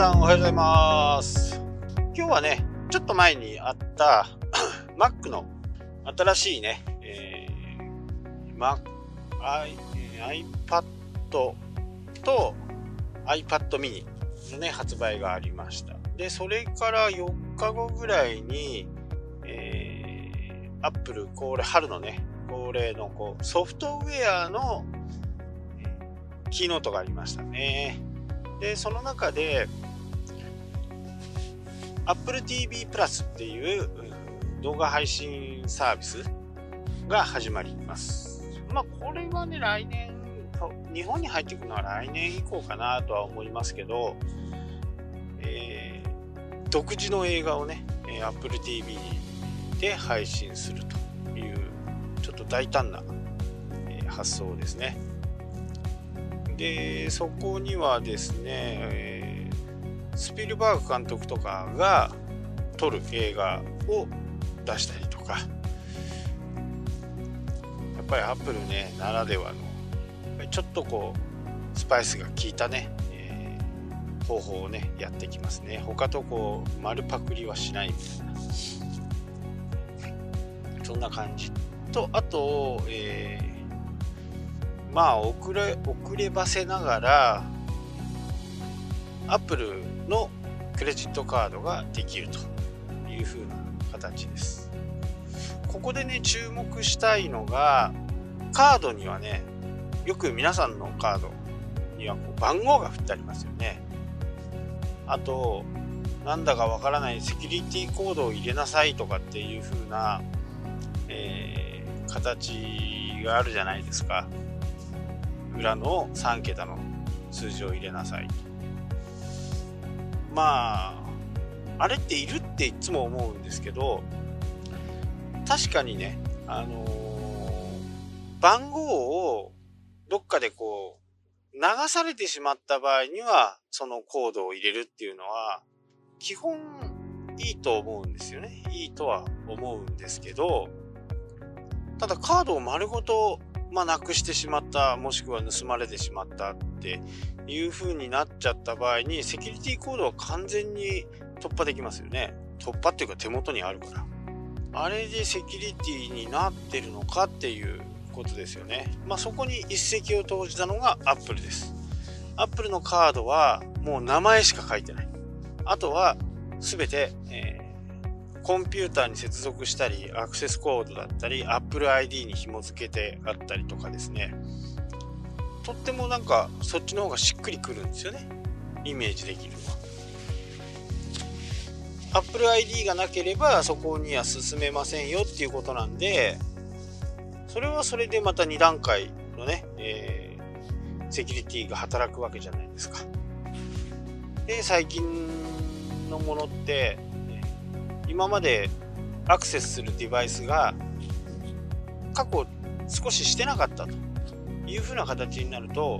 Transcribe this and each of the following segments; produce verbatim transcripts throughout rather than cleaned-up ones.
さんおはようございます。今日はね、ちょっと前にあった Mac の新しいね、えー、Mac、I、iPad と iPad mini のね、発売がありました。で、それからよっかごぐらいに、えー、Apple 恒例、春のね、恒例のこうソフトウェアのキーノートがありましたね。で、その中で Apple ティーブイ プラスっていう動画配信サービスが始まります。まあこれはね、来年日本に入ってくるのは来年以降かなとは思いますけど、えー、独自の映画をね Apple ティーブイ で配信するというちょっと大胆な発想ですね。でそこにはですね、えー、スピルバーグ監督とかが撮る映画を出したりとか、やっぱりアップルねならではのちょっとこうスパイスが効いたね、えー、方法をねやってきますね。他とこう丸パクリはしないみたいな、そんな感じと、あと、えーまあ遅れ遅ればせながら Apple のクレジットカードができるという風な形です。ここでね注目したいのが、カードにはね、よく皆さんのカードにはこう番号が振ってありますよね。あとなんだかわからないセキュリティコードを入れなさいとかっていう風な、えー、形があるじゃないですか。裏のさん桁の数字を入れなさい。まああれっているっていつも思うんですけど、確かにね、あのー、番号をどっかでこう流されてしまった場合にはそのコードを入れるっていうのは基本いいと思うんですよね。いいとは思うんですけど、ただカードを丸ごとまあ、なくしてしまった、もしくは盗まれてしまったっていう風になっちゃった場合に、セキュリティコードは完全に突破できますよね。突破っていうか手元にあるから、あれでセキュリティになってるのかっていうことですよね。まあそこに一石を投じたのが Apple です。 Apple のカードはもう名前しか書いてない。あとは全て、えーコンピューターに接続したり、アクセスコードだったり Apple アイディー に紐付けてあったりとかですね、とってもなんかそっちの方がしっくりくるんですよね、イメージできるのは。 Apple アイディー がなければそこには進めませんよっていうことなんで、それはそれでまたに段階のね、えー、セキュリティが働くわけじゃないですか。で最近のものって今までアクセスするデバイスが過去少ししてなかったというふうな形になると、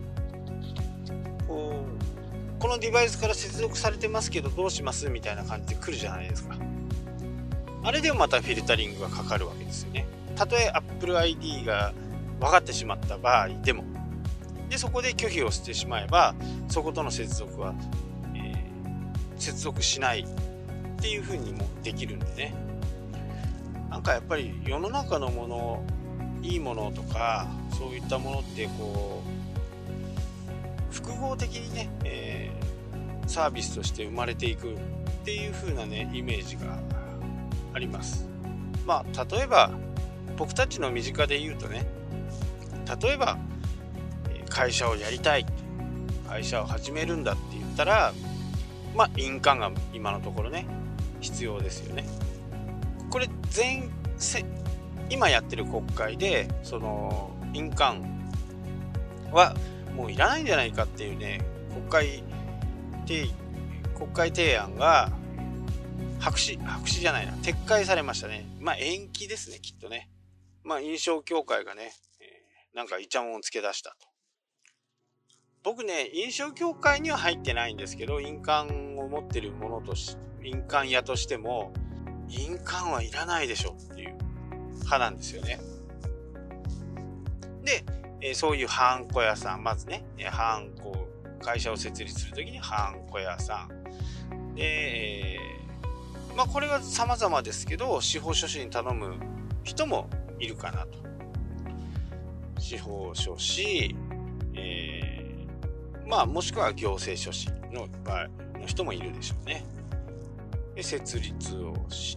こうこのデバイスから接続されてますけどどうしますみたいな感じで来るじゃないですか。あれでもまたフィルタリングがかかるわけですよね。たとえ Apple アイディー が分かってしまった場合でも、でそこで拒否をしてしまえばそことの接続は、えー、接続しないっていう風にもできるんでね。なんかやっぱり世の中のもの、いいものとかそういったものってこう複合的にね、えー、サービスとして生まれていくっていう風なねイメージがあります。まあ例えば僕たちの身近で言うとね、例えば会社をやりたい、会社を始めるんだって言ったら、まあ印鑑が今のところね必要ですよね。これ前今やってる国会でその印鑑はもういらないんじゃないかっていうね国会提国会提案が白紙白紙じゃないな撤回されましたね。まあ延期ですね、きっとね。まあ印象協会がね、えー、なんかイチャモンをつけ出したと。僕ね印象協会には入ってないんですけど、印鑑を持ってるものとし印鑑屋としても印鑑はいらないでしょっていう派なんですよね。で、えー、そういうハンコ屋さん、まずねハンコ会社を設立するときにハンコ屋さんで、えー、まあこれは様々ですけど、司法書士に頼む人もいるかなと。司法書士、えー、まあもしくは行政書士の場合の人もいるでしょうね。で設立をして、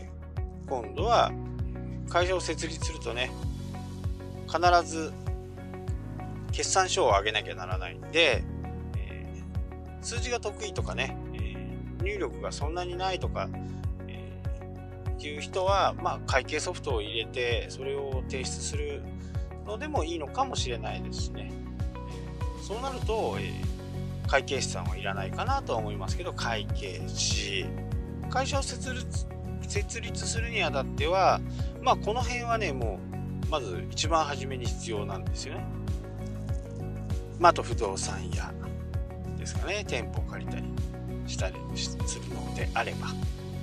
今度は会社を設立するとね、必ず決算書を上げなきゃならないんで、えー、数字が得意とかね、えー、入力がそんなにないとか、えー、いう人は、まあ、会計ソフトを入れてそれを提出するのでもいいのかもしれないですしね、えー、そうなると、えー、会計士さんはいらないかなとは思いますけど、会計士、会社を設立設立するにあたっては、まあこの辺はね、もうまず一番初めに必要なんですよね。まあ、あと不動産屋ですかね、店舗を借りたりしたりするのであれば、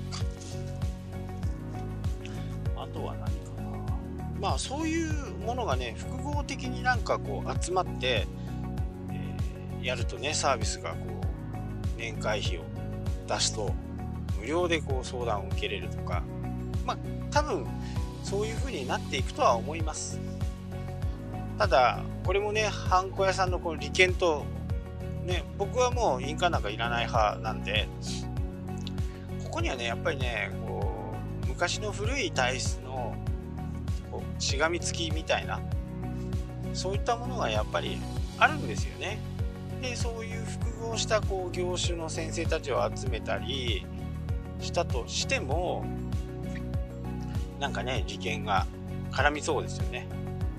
あとは何かな、まあそういうものがね、複合的になんかこう集まって、えー、やるとね、サービスがこう年会費を出すと無料でこう相談を受けれるとか、まあ多分そういう風になっていくとは思います。ただこれもね、ハンコ屋さんのこの利権とね、僕はもう印鑑なんかいらない派なんで、ここにはねやっぱりね、こう昔の古い体質のこうしがみつきみたいな、そういったものがやっぱりあるんですよね。でそういう複合したこう業種の先生たちを集めたりしたとしても、なんかね、利権が絡みそうですよね。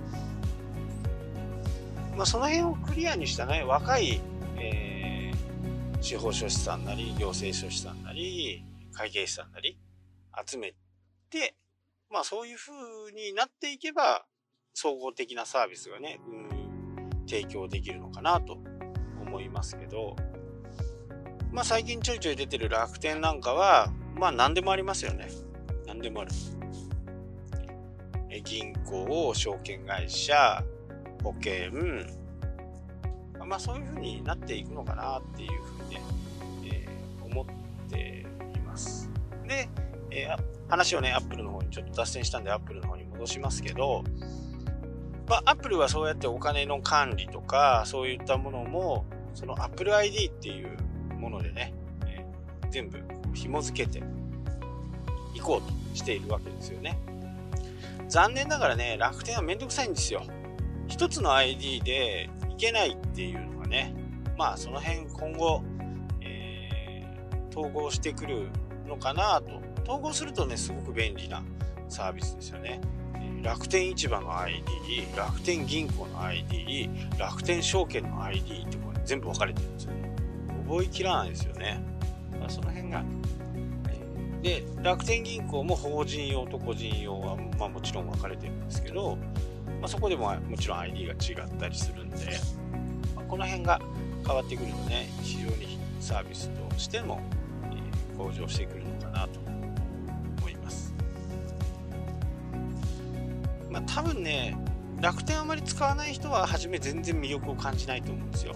まあ、その辺をクリアにしたね、若い、えー、司法書士さんなり行政書士さんなり会計士さんなり集めて、まあそういう風になっていけば総合的なサービスがね、うん、提供できるのかなと思いますけど、まあ最近ちょいちょい出てる楽天なんかはまあ何でもありますよね。何でもある。え銀行、証券会社、保険、まあそういう風になっていくのかなっていう風にね、えー、思っています。で、えー、話をね、アップルの方にちょっと脱線したんでアップルの方に戻しますけど、まあアップルはそうやってお金の管理とかそういったものもその Apple アイディー っていうものでね、えー、全部紐付けていこうとしているわけですよね。残念ながらね、楽天はめんどくさいんですよ。一つの アイディー でいけないっていうのがね、まあその辺今後、えー、統合してくるのかなと。統合するとね、すごく便利なサービスですよね。楽天市場の アイディー、楽天銀行の アイディー、楽天証券の アイディー ってこれ全部分かれてるんですよね。覚えきらないですよね。まあ、その辺が。で、楽天銀行も法人用と個人用は、まあ、もちろん分かれてるんですけど、まあ、そこでももちろん アイディー が違ったりするんで、まあ、この辺が変わってくるとね、非常にサービスとしても、えー、向上してくるのかなと思います。まあ多分ね、楽天あまり使わない人は初め全然魅力を感じないと思うんですよ。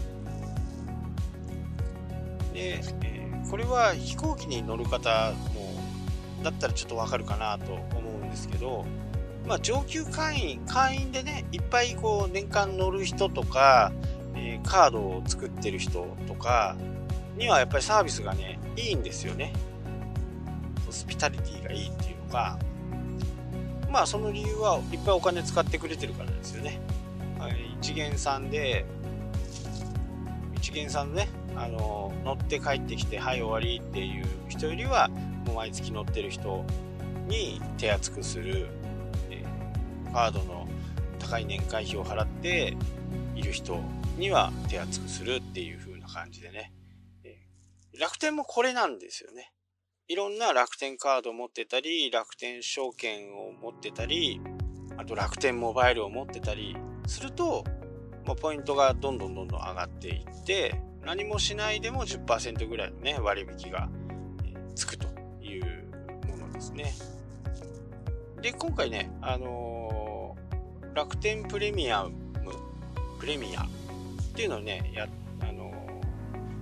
で、えーこれは飛行機に乗る方もだったらちょっとわかるかなと思うんですけど、まあ上級会員会員でね、いっぱいこう年間乗る人とか、えー、カードを作ってる人とかにはやっぱりサービスがねいいんですよね。ホスピタリティがいいっていうのが、まあその理由はいっぱいお金使ってくれてるからですよね。はい、一元さんで一元さんでね、あの乗って帰ってきてはい終わりっていう人よりはもう毎月乗ってる人に手厚くする、えー、カードの高い年会費を払っている人には手厚くするっていう風な感じでね、えー、楽天もこれなんですよね。いろんな楽天カードを持ってたり、楽天証券を持ってたり、あと楽天モバイルを持ってたりすると、まあ、ポイントがどんどんどんどん上がっていって、何もしないでも じゅっパーセント ぐらいのね割引がつくというものですね。で今回ね、あのー、楽天プレミアムプレミアっていうのをねや、あの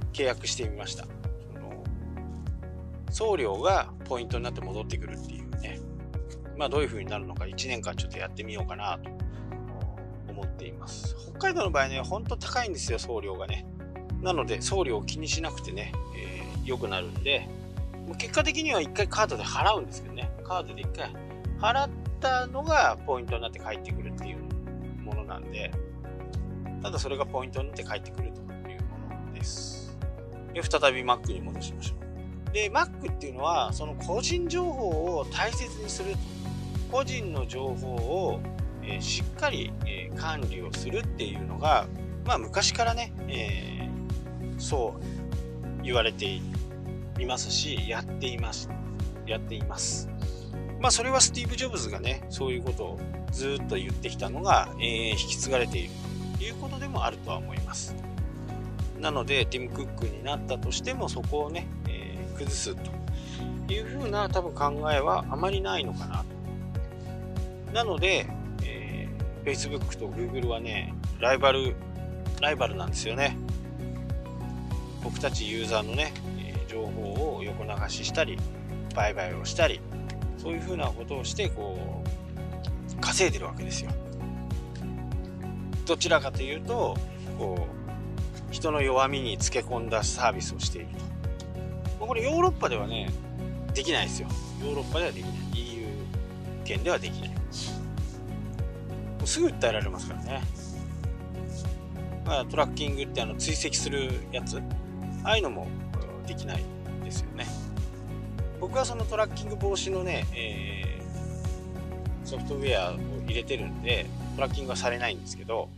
契約してみました。その送料がポイントになって戻ってくるっていうね、まあどういう風になるのかいちねんかんちょっとやってみようかなと思っています。北海道の場合ね、ほんと高いんですよ、送料がね。なので送料を気にしなくてね、えー、良くなるんで、結果的にはいっかいカードで払うんですけどね、カードでいっかい払ったのがポイントになって返ってくるっていうものなんで、ただそれがポイントになって返ってくるというものです。で、再び Mac に戻しましょう。で、Mac っていうのはその個人情報を大切にする、個人の情報を、えー、しっかり、えー、管理をするっていうのが、まあ昔からね、えー、そう言われていますし、やっていますやっていますまあそれはスティーブ・ジョブズがね、そういうことをずっと言ってきたのが、えー、引き継がれているということでもあるとは思います。なのでティム・クックになったとしても、そこをね、えー、崩すというふうな多分考えはあまりないのかなと。なので、えー、Facebook と Google はね、ライバルライバルなんですよね。僕たちユーザーのね、えー、情報を横流ししたり売買をしたり、そういうふうなことをしてこう稼いでるわけですよ。どちらかというとこう人の弱みにつけ込んだサービスをしていると。これヨーロッパではねできないですよ。ヨーロッパではできない。 イーユー 圏ではできない。すぐ訴えられますからね。まあ、トラッキングってあの追跡するやつ、ああいうのもできないですよね。僕はそのトラッキング防止のね、えー、ソフトウェアを入れてるんでトラッキングはされないんですけど、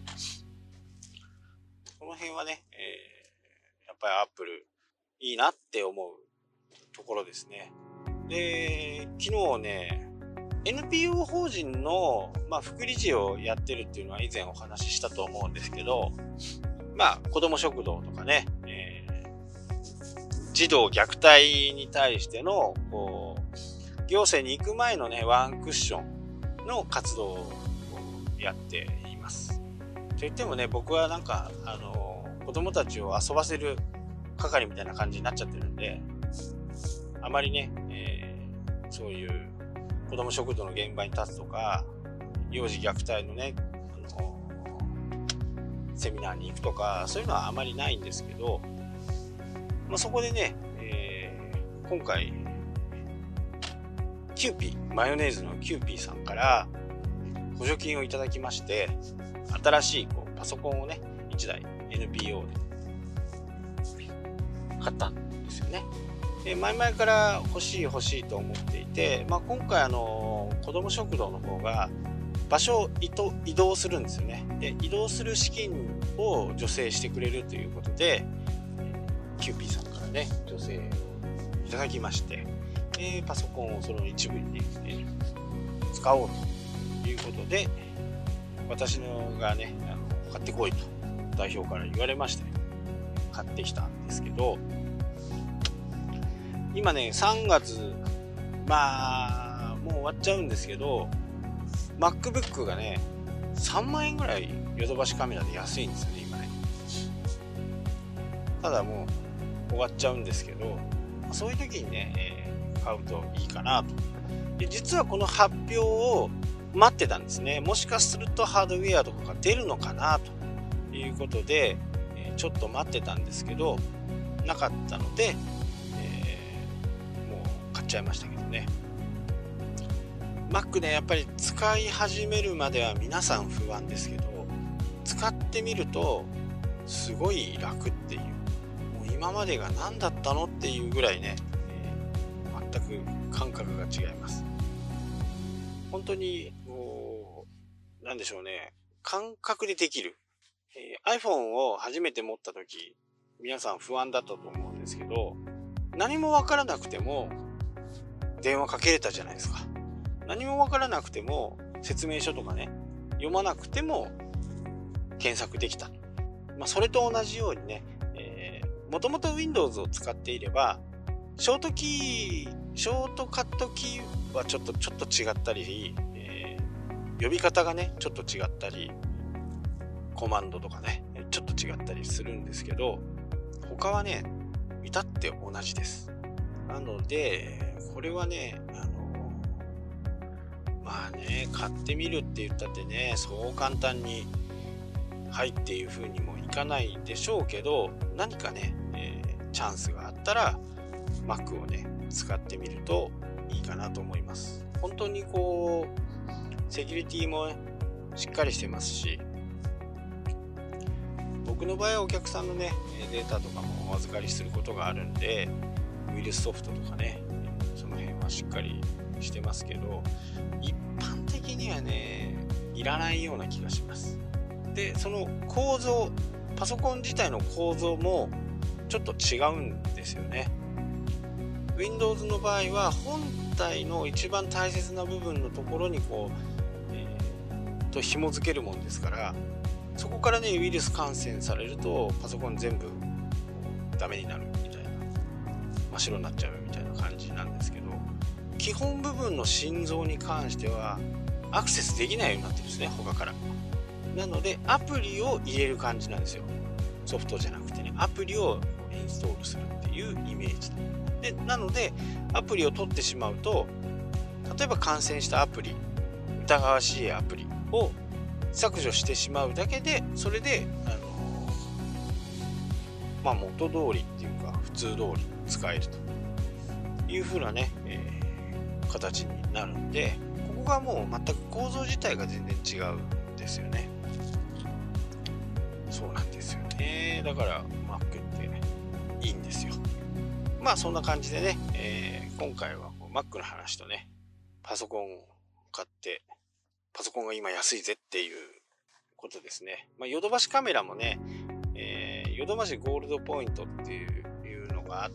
この辺はね、えー、やっぱりアップルいいなって思うところですね。で、昨日ね エヌピーオー 法人の、まあ、副理事をやってるっていうのは以前お話ししたと思うんですけど、まあ子ども食堂とかね、えー、児童虐待に対してのこう行政に行く前のねワンクッションの活動をやっています。といってもね、僕はなんかあの子どもたちを遊ばせる係みたいな感じになっちゃってるんで、あまりね、えー、そういう子ども食堂の現場に立つとか幼児虐待のねあのセミナーに行くとか、そういうのはあまりないんですけど、まあ、そこでね、えー、今回キューピーマヨネーズのキューピーさんから補助金をいただきまして、新しいこうパソコンをねいちだい エヌピーオー で買ったんですよね。で前々から欲しい欲しいと思っていて、まあ、今回あの子ども食堂の方が場所を移動するんですよね。で移動する資金を助成してくれるということで キューピー さんからね助成をいただきまして、でパソコンをその一部にね、えー、使おうということで、私のがねあの買ってこいと代表から言われまして買ってきたんですけど、今ねさんがつ、まあもう終わっちゃうんですけど MacBook がねさんまんえんぐらいヨドバシカメラで安いんですよね今ね。ただもう終わっちゃうんですけど、そういう時にね、えー、買うといいかなと。で実はこの発表を待ってたんですね。もしかするとハードウェアとかが出るのかなということで、えー、ちょっと待ってたんですけどなかったので、えー、もう買っちゃいましたけどね。Mac ねやっぱり使い始めるまでは皆さん不安ですけど、使ってみるとすごい楽っていう、もう今までが何だったのっていうぐらいね、えー、全く感覚が違います。本当にこうなんでしょうね、感覚でできる、えー、iPhone を初めて持った時皆さん不安だったと思うんですけど、何も分からなくても電話かけれたじゃないですか。何も分からなくても説明書とかね読まなくても検索できた、まあ、それと同じようにね、えー、もともと Windows を使っていればショートキーショートカットキーはちょっとちょっと違ったり、えー、呼び方がねちょっと違ったりコマンドとかねちょっと違ったりするんですけど、 他はね至って同じです。なのでこれはねあのまあね買ってみるって言ったってねそう簡単にはいっていう風にもいかないでしょうけど、何かね、えー、チャンスがあったら Mac をね使ってみるといいかなと思います。本当にこうセキュリティもしっかりしてますし、僕の場合はお客さんのねデータとかもお預かりすることがあるんで、ウイルスソフトとかねその辺はしっかりしてますけど、一般的にはねいらないような気がします。でその構造、パソコン自体の構造もちょっと違うんですよね。 Windows の場合は本体の一番大切な部分のところにこう、えー、と紐付けるもんですから、そこからねウイルス感染されるとパソコン全部ダメになるみたいな、真っ白になっちゃうみたいな感じなんですけど、基本部分の心臓に関してはアクセスできないようになってるんですね、他から。なのでアプリを入れる感じなんですよ。ソフトじゃなくてね、アプリをインストールするっていうイメージで、なのでアプリを取ってしまうと、例えば感染したアプリ、疑わしいアプリを削除してしまうだけで、それであのまあ元通りっていうか普通通り使えるという風なね、えー、形になるんで、ここがもう全く構造自体が全然違うんですよね。そうなんですよね。だから Mac っていいんですよ。まあそんな感じでね、えー、今回は Mac の話とね、パソコンを買ってパソコンが今安いぜっていうことですね。まあヨドバシカメラもね、えー、ヨドバシゴールドポイントっていうのがあって、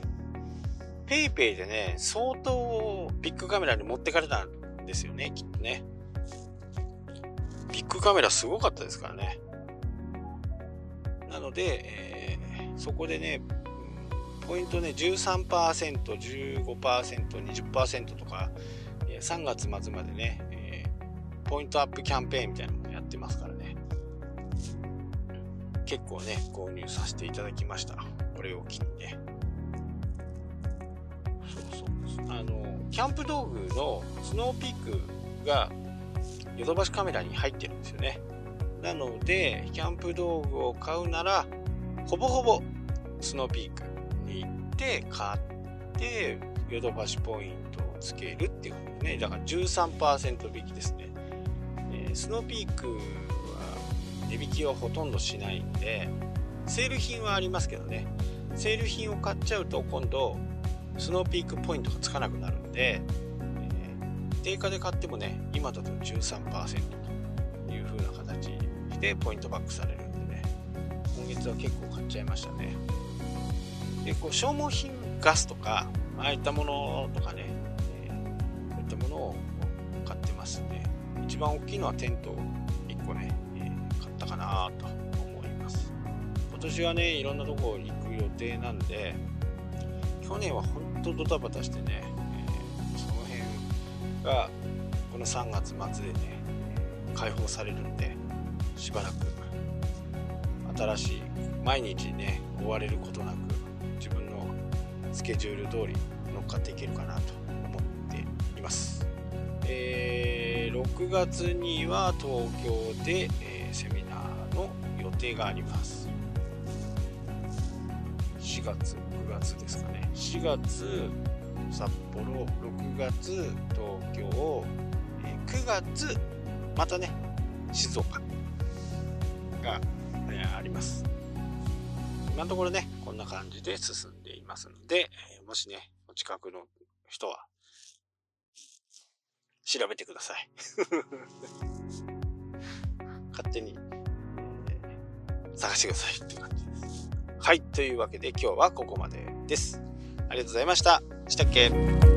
ペイペイでね相当ビッグカメラに持ってかれたんですよね、きっとね。ビッグカメラすごかったですからね。なので、えー、そこでねポイントね じゅうさんパーセント、じゅうごパーセント、にじゅっパーセント とかさんがつ末までね、えー、ポイントアップキャンペーンみたいなものやってますからね、結構ね購入させていただきました。これを機にね。そうそう、あのキャンプ道具のスノーピークがヨドバシカメラに入ってるんですよね。なのでキャンプ道具を買うならほぼほぼスノーピークに行って買ってヨドバシポイントをつけるっていうことね。だから じゅうさんパーセント 引きですね。えー、スノーピークは値引きはほとんどしないんで、セール品はありますけどね、セール品を買っちゃうと今度スノーピークポイントがつかなくなるんで、えー、定価で買ってもね今だと じゅうさんパーセント という風な形でポイントバックされるんでね、今月は結構買っちゃいましたね。でこう消耗品ガスとかああいったものとかね、えー、こういったものを買ってますね。一番大きいのはテントをいっこね、えー、買ったかなと思います。今年はねいろんなとこ行く予定なんで、去年はほんとドタバタしてね、えー、その辺がこのさんがつ末でね解放されるんで、しばらく新しい毎日ね追われることなく自分のスケジュール通り乗っかっていけるかなと思っています。えー、ろくがつには東京で、えー、セミナーの予定があります。しがつ、くがつですかね。しがつ札幌、ろくがつ東京、えー、くがつまたね静岡が、ね、あります。今のところねこんな感じで進んでいますので、えー、もしねお近くの人は調べてください勝手に、えー、探してくださいって感じです。はい、というわけで今日はここまでです。ありがとうございました。したっけ。